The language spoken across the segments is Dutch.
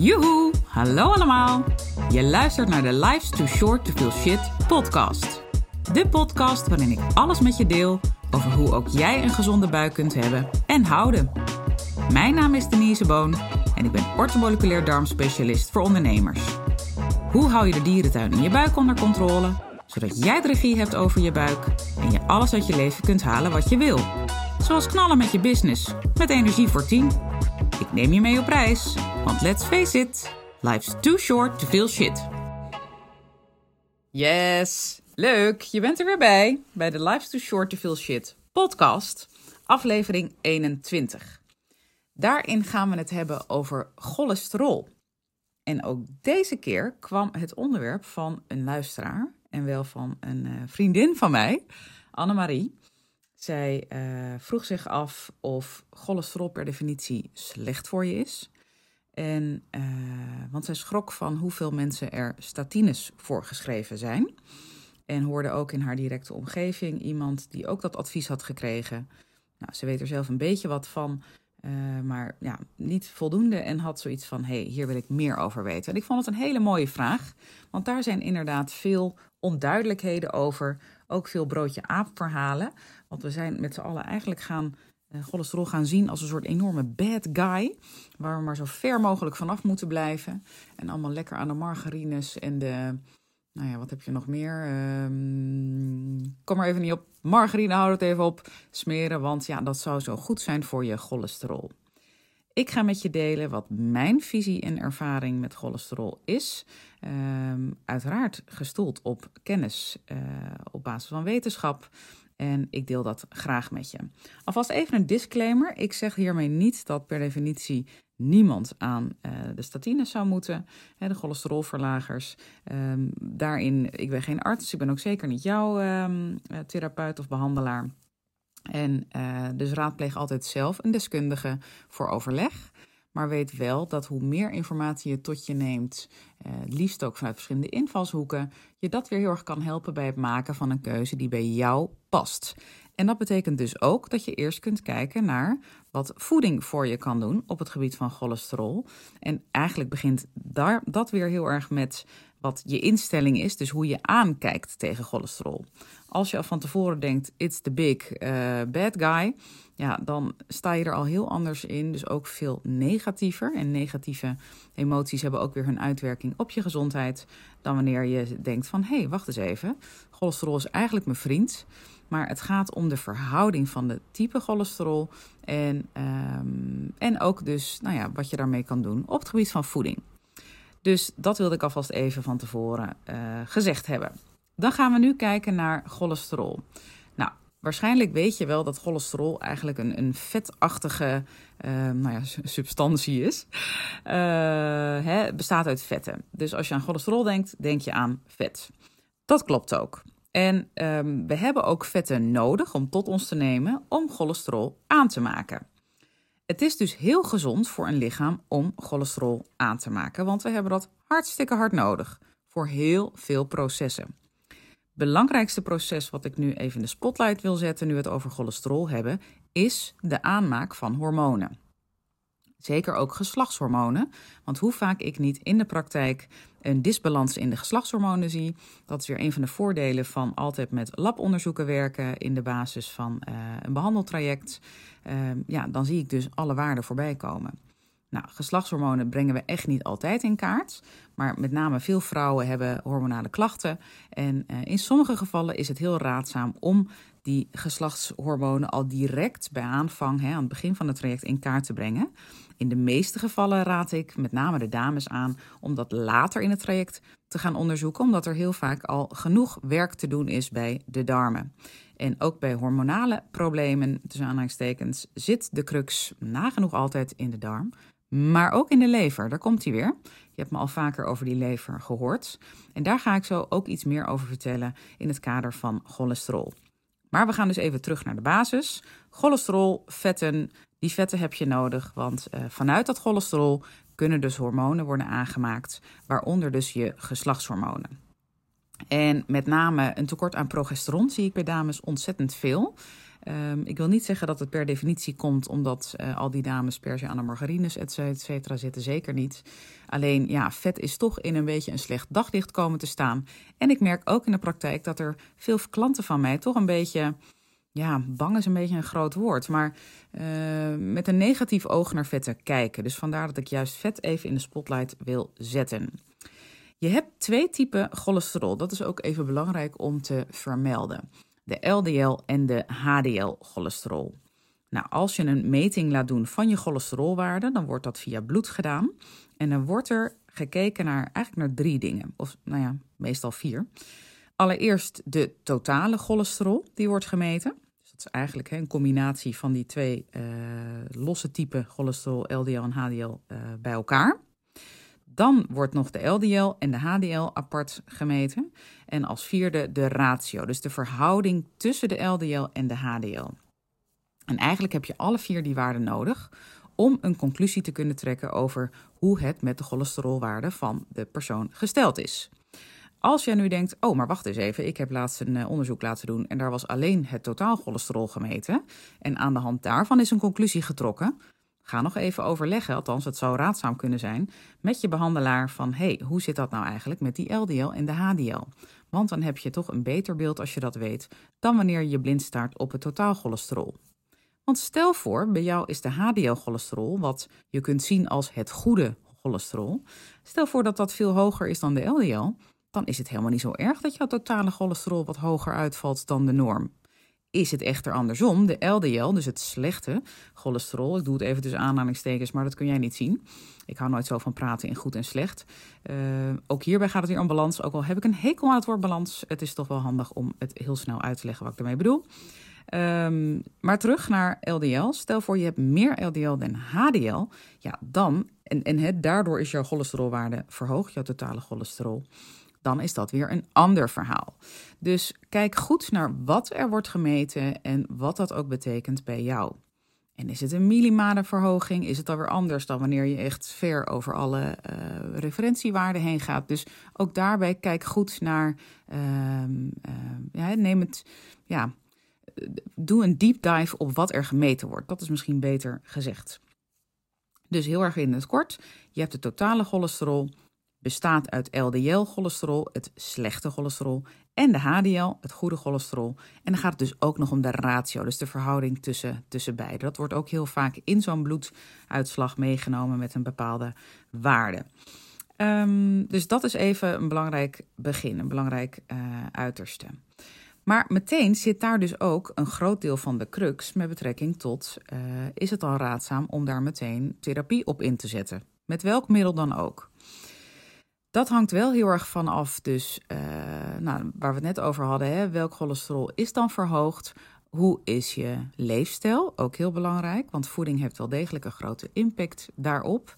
Joehoe, hallo allemaal. Je luistert naar de Life's Too Short to Feel Shit podcast. De podcast waarin ik alles met je deel over hoe ook jij een gezonde buik kunt hebben en houden. Mijn naam is Denise Boon en ik ben orthomoleculair darmspecialist voor ondernemers. Hoe hou je de dierentuin in je buik onder controle, zodat jij de regie hebt over je buik en je alles uit je leven kunt halen wat je wil. Zoals knallen met je business, met energie voor 10. Ik neem je mee op reis, want let's face it, life's too short to feel shit. Yes, leuk, je bent er weer bij de Life's Too Short to Feel Shit podcast, aflevering 21. Daarin gaan we het hebben over cholesterol. En ook deze keer kwam het onderwerp van een luisteraar en wel van een vriendin van mij, Annemarie. Zij vroeg zich af of cholesterol per definitie slecht voor je is. Want zij schrok van hoeveel mensen er statines voorgeschreven zijn. En hoorde ook in haar directe omgeving iemand die ook dat advies had gekregen. Nou, ze weet er zelf een beetje wat van, maar ja, niet voldoende. En had zoiets van, hier wil ik meer over weten. En ik vond het een hele mooie vraag. Want daar zijn inderdaad veel onduidelijkheden over. Ook veel broodje aap verhalen. Want we zijn met z'n allen eigenlijk cholesterol gaan zien als een soort enorme bad guy. Waar we maar zo ver mogelijk vanaf moeten blijven. En allemaal lekker aan de margarines en de... Nou ja, wat heb je nog meer? Kom er even niet op. Margarine, houd het even op. Smeren, want ja, dat zou zo goed zijn voor je cholesterol. Ik ga met je delen wat mijn visie en ervaring met cholesterol is. Uiteraard gestoeld op kennis op basis van wetenschap. En ik deel dat graag met je. Alvast even een disclaimer. Ik zeg hiermee niet dat per definitie niemand aan de statines zou moeten. De cholesterolverlagers. Ik ben geen arts. Ik ben ook zeker niet jouw therapeut of behandelaar. En dus raadpleeg altijd zelf een deskundige voor overleg. Maar weet wel dat hoe meer informatie je tot je neemt, liefst ook vanuit verschillende invalshoeken, je dat weer heel erg kan helpen bij het maken van een keuze die bij jou past. En dat betekent dus ook dat je eerst kunt kijken naar wat voeding voor je kan doen op het gebied van cholesterol. En eigenlijk begint dat weer heel erg met wat je instelling is, dus hoe je aankijkt tegen cholesterol. Als je al van tevoren denkt, it's the big bad guy, ja, dan sta je er al heel anders in. Dus ook veel negatiever. En negatieve emoties hebben ook weer hun uitwerking op je gezondheid. Dan wanneer je denkt van, wacht eens even. Cholesterol is eigenlijk mijn vriend. Maar het gaat om de verhouding van de type cholesterol. En ook dus wat je daarmee kan doen op het gebied van voeding. Dus dat wilde ik alvast even van tevoren gezegd hebben. Dan gaan we nu kijken naar cholesterol. Nou, waarschijnlijk weet je wel dat cholesterol eigenlijk een vetachtige substantie is. Het bestaat uit vetten. Dus als je aan cholesterol denkt, denk je aan vet. Dat klopt ook. En we hebben ook vetten nodig om tot ons te nemen om cholesterol aan te maken. Het is dus heel gezond voor een lichaam om cholesterol aan te maken, want we hebben dat hartstikke hard nodig voor heel veel processen. Het belangrijkste proces wat ik nu even in de spotlight wil zetten, nu we het over cholesterol hebben, is de aanmaak van hormonen. Zeker ook geslachtshormonen, want hoe vaak ik niet in de praktijk een disbalans in de geslachtshormonen zie, dat is weer een van de voordelen van altijd met labonderzoeken werken in de basis van een behandeltraject. Dan zie ik dus alle waarden voorbij komen. Nou, geslachtshormonen brengen we echt niet altijd in kaart, maar met name veel vrouwen hebben hormonale klachten. En in sommige gevallen is het heel raadzaam om die geslachtshormonen al direct bij aanvang, aan het begin van het traject, in kaart te brengen. In de meeste gevallen raad ik met name de dames aan om dat later in het traject te gaan onderzoeken, omdat er heel vaak al genoeg werk te doen is bij de darmen. En ook bij hormonale problemen, tussen aanhalingstekens, zit de crux nagenoeg altijd in de darm. Maar ook in de lever, daar komt hij weer. Je hebt me al vaker over die lever gehoord. En daar ga ik zo ook iets meer over vertellen in het kader van cholesterol. Maar we gaan dus even terug naar de basis. Cholesterol, vetten, die vetten heb je nodig. Want vanuit dat cholesterol kunnen dus hormonen worden aangemaakt, waaronder dus je geslachtshormonen. En met name een tekort aan progesteron zie ik bij dames ontzettend veel. Ik wil niet zeggen dat het per definitie komt omdat al die dames per se aan de margarines, et cetera, zitten. Zeker niet. Alleen, ja, vet is toch in een beetje een slecht daglicht komen te staan. En ik merk ook in de praktijk dat er veel klanten van mij toch een beetje... Ja, bang is een beetje een groot woord, maar met een negatief oog naar vetten kijken. Dus vandaar dat ik juist vet even in de spotlight wil zetten. Je hebt 2 typen cholesterol. Dat is ook even belangrijk om te vermelden. De LDL en de HDL-cholesterol. Nou, als je een meting laat doen van je cholesterolwaarde, dan wordt dat via bloed gedaan. En dan wordt er gekeken eigenlijk naar 3 dingen. Of meestal 4. Allereerst de totale cholesterol, die wordt gemeten. Dus dat is eigenlijk een combinatie van die 2 losse typen cholesterol, LDL en HDL, bij elkaar. Dan wordt nog de LDL en de HDL apart gemeten. En als 4e de ratio, dus de verhouding tussen de LDL en de HDL. En eigenlijk heb je alle 4 die waarden nodig om een conclusie te kunnen trekken over hoe het met de cholesterolwaarde van de persoon gesteld is. Als jij nu denkt, oh, maar wacht eens even, ik heb laatst een onderzoek laten doen en daar was alleen het totaal cholesterol gemeten en aan de hand daarvan is een conclusie getrokken. Ga nog even overleggen, althans het zou raadzaam kunnen zijn, met je behandelaar van hoe zit dat nou eigenlijk met die LDL en de HDL? Want dan heb je toch een beter beeld als je dat weet dan wanneer je blind staart op het totaal cholesterol. Want stel voor, bij jou is de HDL-cholesterol, wat je kunt zien als het goede cholesterol. Stel voor dat dat veel hoger is dan de LDL, dan is het helemaal niet zo erg dat jouw totale cholesterol wat hoger uitvalt dan de norm. Is het echter andersom, de LDL, dus het slechte cholesterol, ik doe het even tussen aanhalingstekens, maar dat kun jij niet zien. Ik hou nooit zo van praten in goed en slecht. Ook hierbij gaat het weer om balans, ook al heb ik een hekel aan het woord balans. Het is toch wel handig om het heel snel uit te leggen wat ik ermee bedoel. Maar terug naar LDL. Stel voor je hebt meer LDL dan HDL. Ja, dan, daardoor is jouw cholesterolwaarde verhoogd, jouw totale cholesterol. Dan is dat weer een ander verhaal. Dus kijk goed naar wat er wordt gemeten en wat dat ook betekent bij jou. En is het een millimadeverhoging? Is het alweer anders dan wanneer je echt ver over alle referentiewaarden heen gaat? Dus ook daarbij kijk goed naar, doe een deep dive op wat er gemeten wordt. Dat is misschien beter gezegd. Dus heel erg in het kort, je hebt de totale cholesterol, bestaat uit LDL-cholesterol, het slechte cholesterol, en de HDL, het goede cholesterol. En dan gaat het dus ook nog om de ratio, dus de verhouding tussen beide. Dat wordt ook heel vaak in zo'n bloeduitslag meegenomen met een bepaalde waarde. Dus dat is even een belangrijk begin, een belangrijk uiterste. Maar meteen zit daar dus ook een groot deel van de crux met betrekking tot, is het al raadzaam om daar meteen therapie op in te zetten? Met welk middel dan ook? Dat hangt wel heel erg van af, dus waar we het net over hadden, welk cholesterol is dan verhoogd? Hoe is je leefstijl? Ook heel belangrijk, want voeding heeft wel degelijk een grote impact daarop.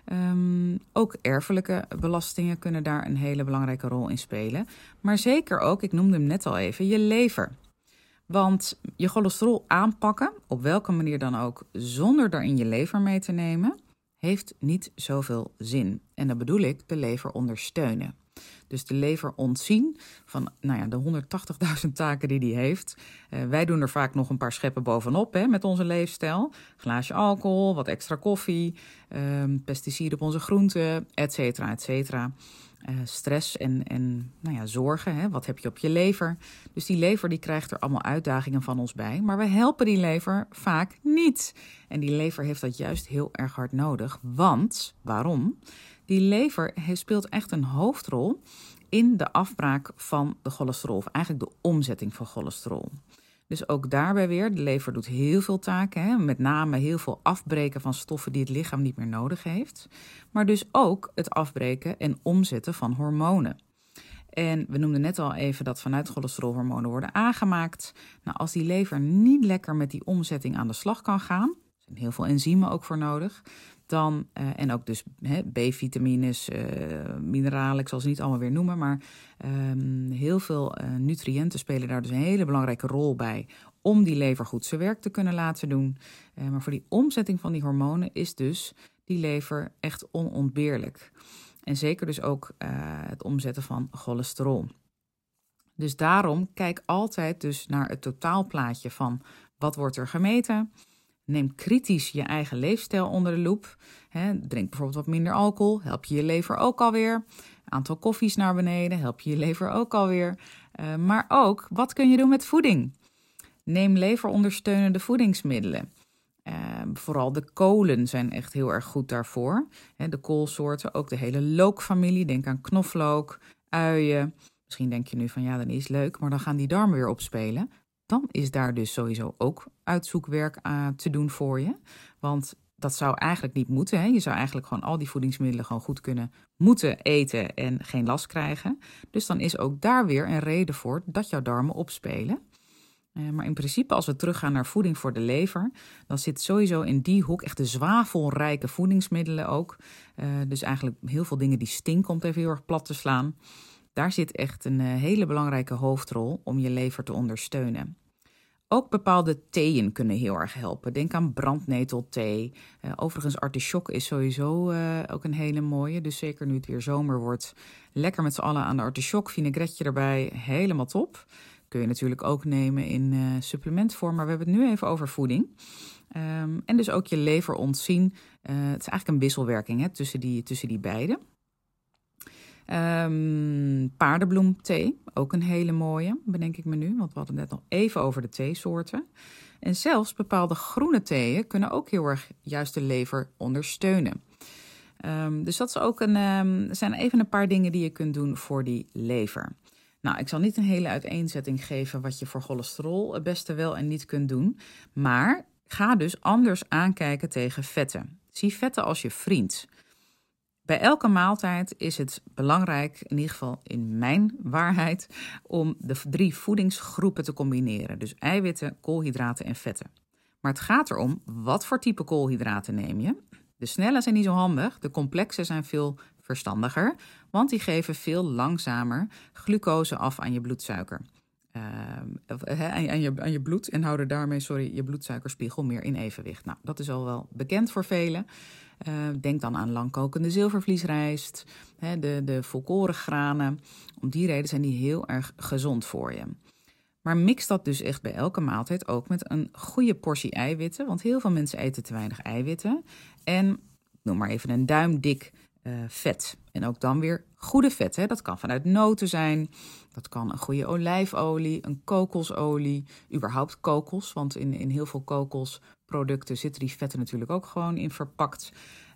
Ook erfelijke belastingen kunnen daar een hele belangrijke rol in spelen. Maar zeker ook, ik noemde hem net al even, je lever. Want je cholesterol aanpakken, op welke manier dan ook, zonder daarin je lever mee te nemen, heeft niet zoveel zin. En dan bedoel ik de lever ondersteunen. Dus de lever ontzien van de 180.000 taken die die heeft. Wij doen er vaak nog een paar scheppen bovenop met onze leefstijl. Glaasje alcohol, wat extra koffie, pesticiden op onze groenten, et cetera, et cetera. Stress en zorgen, wat heb je op je lever? Dus die lever die krijgt er allemaal uitdagingen van ons bij. Maar we helpen die lever vaak niet. En die lever heeft dat juist heel erg hard nodig. Want, waarom? Die lever speelt echt een hoofdrol in de afbraak van de cholesterol. Of eigenlijk de omzetting van cholesterol. Dus ook daarbij weer, de lever doet heel veel taken. Met name heel veel afbreken van stoffen die het lichaam niet meer nodig heeft. Maar dus ook het afbreken en omzetten van hormonen. En we noemden net al even dat vanuit cholesterolhormonen worden aangemaakt. Nou, als die lever niet lekker met die omzetting aan de slag kan gaan, er zijn heel veel enzymen ook voor nodig, dan, en ook dus B-vitamines, mineralen, ik zal ze niet allemaal weer noemen, maar heel veel nutriënten spelen daar dus een hele belangrijke rol bij om die lever goed zijn werk te kunnen laten doen. Maar voor die omzetting van die hormonen is dus die lever echt onontbeerlijk. En zeker dus ook het omzetten van cholesterol. Dus daarom kijk altijd dus naar het totaalplaatje van Wat wordt er gemeten? Neem kritisch je eigen leefstijl onder de loep. Drink bijvoorbeeld wat minder alcohol, help je lever ook alweer. Aantal koffies naar beneden, help je lever ook alweer. Maar ook, wat kun je doen met voeding? Neem leverondersteunende voedingsmiddelen. Vooral de kolen zijn echt heel erg goed daarvoor. De koolsoorten, ook de hele lookfamilie. Denk aan knoflook, uien. Misschien denk je nu van ja, dat is leuk, maar dan gaan die darmen weer opspelen. Dan is daar dus sowieso ook uitzoekwerk te doen voor je. Want dat zou eigenlijk niet moeten. Hè? Je zou eigenlijk gewoon al die voedingsmiddelen gewoon goed moeten eten en geen last krijgen. Dus dan is ook daar weer een reden voor dat jouw darmen opspelen. Maar in principe, als we teruggaan naar voeding voor de lever, dan zit sowieso in die hoek echt de zwavelrijke voedingsmiddelen ook. Dus eigenlijk heel veel dingen die stinken, om het even heel erg plat te slaan. Daar zit echt een hele belangrijke hoofdrol om je lever te ondersteunen. Ook bepaalde theeën kunnen heel erg helpen. Denk aan brandnetelthee. Overigens, artichok is sowieso ook een hele mooie. Dus zeker nu het weer zomer wordt, lekker met z'n allen aan de artichok. Vinaigretje erbij, helemaal top. Kun je natuurlijk ook nemen in supplementvorm, maar we hebben het nu even over voeding. En dus ook je lever ontzien. Het is eigenlijk een wisselwerking tussen die beide. Paardenbloemthee, ook een hele mooie, bedenk ik me nu, want we hadden net nog even over de theesoorten. En zelfs bepaalde groene theeën kunnen ook heel erg juist de lever ondersteunen. Dus dat is ook zijn even een paar dingen die je kunt doen voor die lever. Nou, ik zal niet een hele uiteenzetting geven wat je voor cholesterol het beste wel en niet kunt doen. Maar ga dus anders aankijken tegen vetten. Zie vetten als je vriend. Bij elke maaltijd is het belangrijk, in ieder geval in mijn waarheid, om de 3 voedingsgroepen te combineren. Dus eiwitten, koolhydraten en vetten. Maar het gaat erom, wat voor type koolhydraten neem je? De snelle zijn niet zo handig, de complexe zijn veel verstandiger, want die geven veel langzamer glucose af aan je bloedsuiker. Aan je bloed en houden daarmee je bloedsuikerspiegel meer in evenwicht. Nou, dat is al wel bekend voor velen. Denk dan aan langkokende zilvervliesrijst, de volkorengranen. Om die reden zijn die heel erg gezond voor je. Maar mix dat dus echt bij elke maaltijd ook met een goede portie eiwitten. Want heel veel mensen eten te weinig eiwitten. En noem maar even een duimdik vet. En ook dan weer goede vet. Dat kan vanuit noten zijn. Dat kan een goede olijfolie, een kokosolie. Überhaupt kokos, want in heel veel kokosproducten zitten die vetten natuurlijk ook gewoon in verpakt.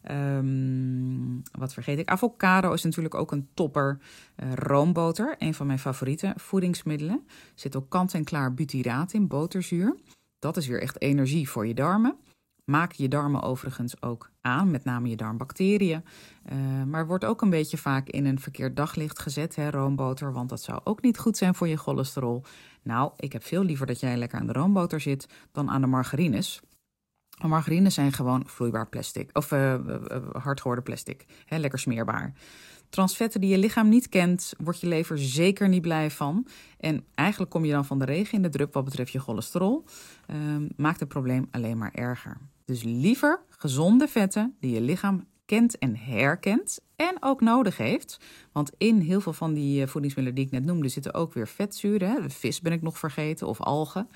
Wat vergeet ik? Avocado is natuurlijk ook een topper. Roomboter, een van mijn favoriete voedingsmiddelen. Er zit ook kant-en-klaar butyraat in, boterzuur. Dat is weer echt energie voor je darmen. Maak je darmen overigens ook aan, met name je darmbacteriën. Maar wordt ook een beetje vaak in een verkeerd daglicht gezet, roomboter. Want dat zou ook niet goed zijn voor je cholesterol. Nou, ik heb veel liever dat jij lekker aan de roomboter zit dan aan de margarines. Margarines zijn gewoon vloeibaar plastic, of hard geworden plastic. Lekker smeerbaar. Transvetten die je lichaam niet kent, wordt je lever zeker niet blij van. En eigenlijk kom je dan van de regen in de drup wat betreft je cholesterol. Maakt het probleem alleen maar erger. Dus liever gezonde vetten die je lichaam kent en herkent en ook nodig heeft. Want in heel veel van die voedingsmiddelen die ik net noemde zitten ook weer vetzuren. De vis ben ik nog vergeten, of algen.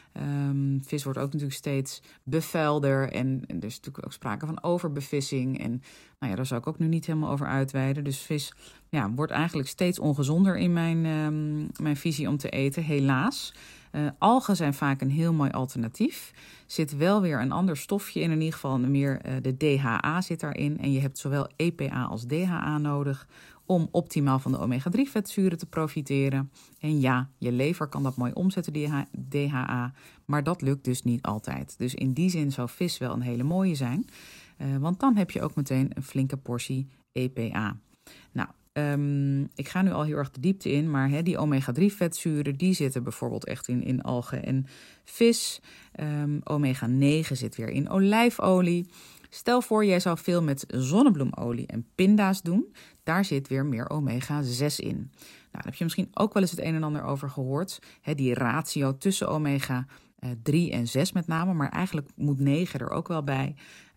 Vis wordt ook natuurlijk steeds bevuilder en er is natuurlijk ook sprake van overbevissing. En nou ja, daar zou ik ook nu niet helemaal over uitweiden. Dus vis wordt eigenlijk steeds ongezonder in mijn visie om te eten, helaas. Algen zijn vaak een heel mooi alternatief. Zit wel weer een ander stofje in ieder geval meer de DHA zit daarin. En je hebt zowel EPA als DHA nodig om optimaal van de omega-3 vetzuren te profiteren. En ja, je lever kan dat mooi omzetten, die DHA, maar dat lukt dus niet altijd. Dus in die zin zou vis wel een hele mooie zijn, want dan heb je ook meteen een flinke portie EPA. Nou, ik ga nu al heel erg de diepte in, maar die omega-3 vetzuren, die zitten bijvoorbeeld echt in algen en vis. Omega-9 zit weer in olijfolie. Stel voor, jij zou veel met zonnebloemolie en pinda's doen. Daar zit weer meer omega-6 in. Nou, daar heb je misschien ook wel eens het een en ander over gehoord. Die ratio tussen omega-3 en 6 met name, maar eigenlijk moet 9 er ook wel bij.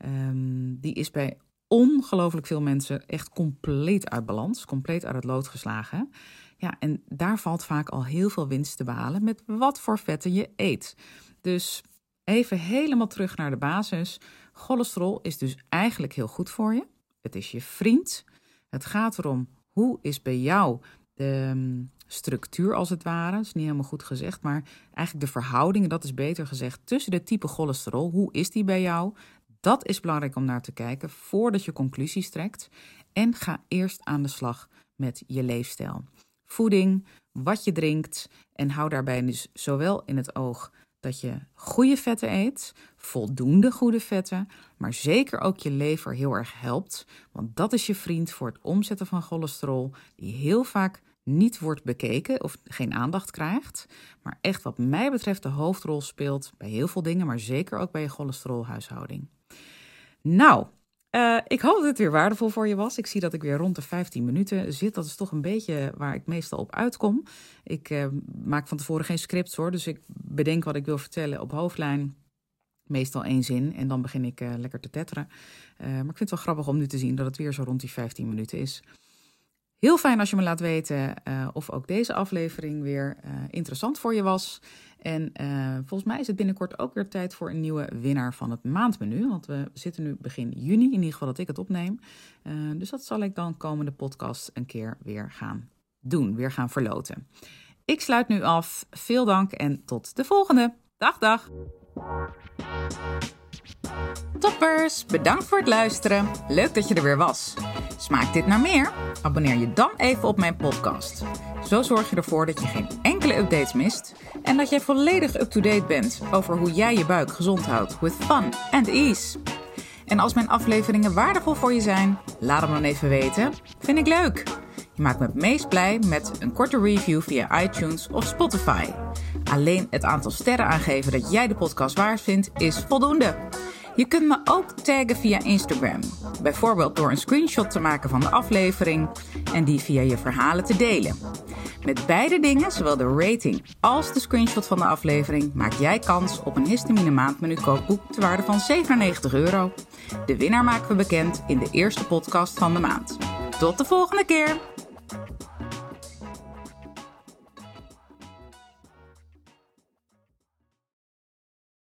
Die is bij ongelooflijk veel mensen echt compleet uit balans, compleet uit het lood geslagen. Ja, en daar valt vaak al heel veel winst te behalen met wat voor vetten je eet. Dus Even helemaal terug naar de basis. Cholesterol is dus eigenlijk heel goed voor je. Het is je vriend. Het gaat erom, hoe is bij jou de structuur als het ware. Dat is niet helemaal goed gezegd, maar eigenlijk de verhouding, dat is beter gezegd, tussen de type cholesterol. Hoe is die bij jou? Dat is belangrijk om naar te kijken voordat je conclusies trekt. En ga eerst aan de slag met je leefstijl. Voeding, wat je drinkt en hou daarbij dus zowel in het oog dat je goede vetten eet, voldoende goede vetten, maar zeker ook je lever heel erg helpt. Want dat is je vriend voor het omzetten van cholesterol, die heel vaak niet wordt bekeken of geen aandacht krijgt. Maar echt wat mij betreft de hoofdrol speelt bij heel veel dingen, maar zeker ook bij je cholesterolhuishouding. Nou, ik hoop dat het weer waardevol voor je was. Ik zie dat ik weer rond de 15 minuten zit. Dat is toch een beetje waar ik meestal op uitkom. Ik maak van tevoren geen scripts hoor. Dus ik bedenk wat ik wil vertellen op hoofdlijn. Meestal 1 zin en dan begin ik lekker te tetteren. Maar ik vind het wel grappig om nu te zien dat het weer zo rond die 15 minuten is. Heel fijn als je me laat weten of ook deze aflevering weer interessant voor je was. En volgens mij is het binnenkort ook weer tijd voor een nieuwe winnaar van het maandmenu. Want we zitten nu begin juni, in ieder geval dat ik het opneem. Dus dat zal ik dan komende podcast een keer weer gaan doen, weer gaan verloten. Ik sluit nu af. Veel dank en tot de volgende. Dag. Toppers, bedankt voor het luisteren. Leuk dat je er weer was. Smaakt dit naar meer? Abonneer je dan even op mijn podcast. Zo zorg je ervoor dat je geen enkele updates mist en dat jij volledig up-to-date bent over hoe jij je buik gezond houdt with fun and ease. En als mijn afleveringen waardevol voor je zijn, laat hem dan even weten. Vind ik leuk. Je maakt me het meest blij met een korte review via iTunes of Spotify. Alleen het aantal sterren aangeven dat jij de podcast waard vindt is voldoende. Je kunt me ook taggen via Instagram. Bijvoorbeeld door een screenshot te maken van de aflevering en die via je verhalen te delen. Met beide dingen, zowel de rating als de screenshot van de aflevering, maak jij kans op een Histamine maandmenu kookboek ter waarde van €97. De winnaar maken we bekend in de eerste podcast van de maand. Tot de volgende keer!